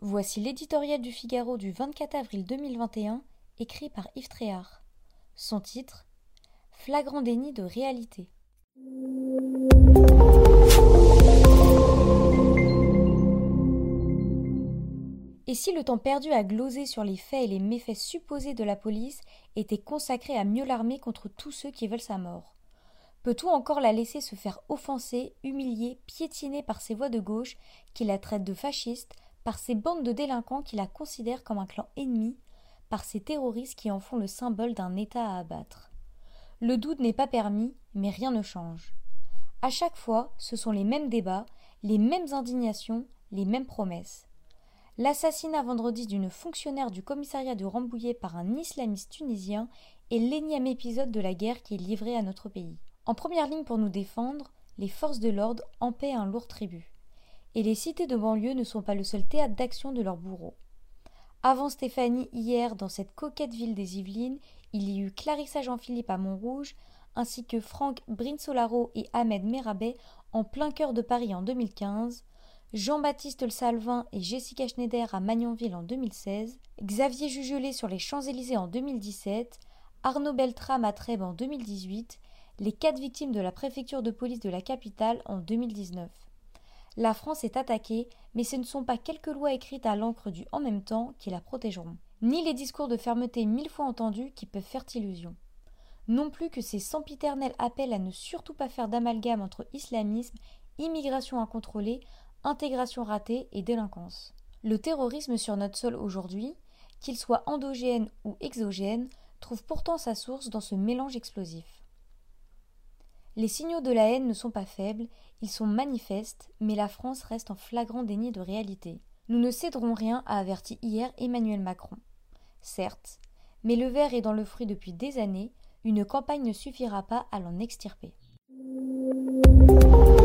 Voici l'éditorial du Figaro du 24 avril 2021, écrit par Yves Tréhard. Son titre : Flagrant déni de réalité. Et si le temps perdu à gloser sur les faits et les méfaits supposés de la police était consacré à mieux l'armer contre tous ceux qui veulent sa mort ? Peut-on encore la laisser se faire offenser, humilier, piétiner par ces voix de gauche qui la traitent de fasciste, par ces bandes de délinquants qui la considèrent comme un clan ennemi, par ces terroristes qui en font le symbole d'un État à abattre ? Le doute n'est pas permis, mais rien ne change. À chaque fois, ce sont les mêmes débats, les mêmes indignations, les mêmes promesses. L'assassinat vendredi d'une fonctionnaire du commissariat de Rambouillet par un islamiste tunisien est l'énième épisode de la guerre qui est livrée à notre pays. En première ligne pour nous défendre, les forces de l'ordre en paient un lourd tribut. Et les cités de banlieue ne sont pas le seul théâtre d'action de leurs bourreaux. Avant Stéphanie, hier, dans cette coquette ville des Yvelines, il y eut Clarissa Jean-Philippe à Montrouge, ainsi que Franck Brinsolaro et Ahmed Merabet en plein cœur de Paris en 2015, Jean-Baptiste Le Salvin et Jessica Schneider à Magnanville en 2016, Xavier Jugelé sur les Champs-Élysées en 2017, Arnaud Beltrame à Trèbes en 2018, les 4 victimes de la préfecture de police de la capitale en 2019. La France est attaquée, mais ce ne sont pas quelques lois écrites à l'encre du « en même temps » qui la protégeront, ni les discours de fermeté 1000 fois entendus qui peuvent faire illusion. Non plus que ces sempiternels appels à ne surtout pas faire d'amalgame entre islamisme, immigration incontrôlée, intégration ratée et délinquance. Le terrorisme sur notre sol aujourd'hui, qu'il soit endogène ou exogène, trouve pourtant sa source dans ce mélange explosif. Les signaux de la haine ne sont pas faibles, ils sont manifestes, mais la France reste en flagrant déni de réalité. Nous ne céderons rien, a averti hier Emmanuel Macron. Certes, mais le ver est dans le fruit depuis des années, une campagne ne suffira pas à l'en extirper.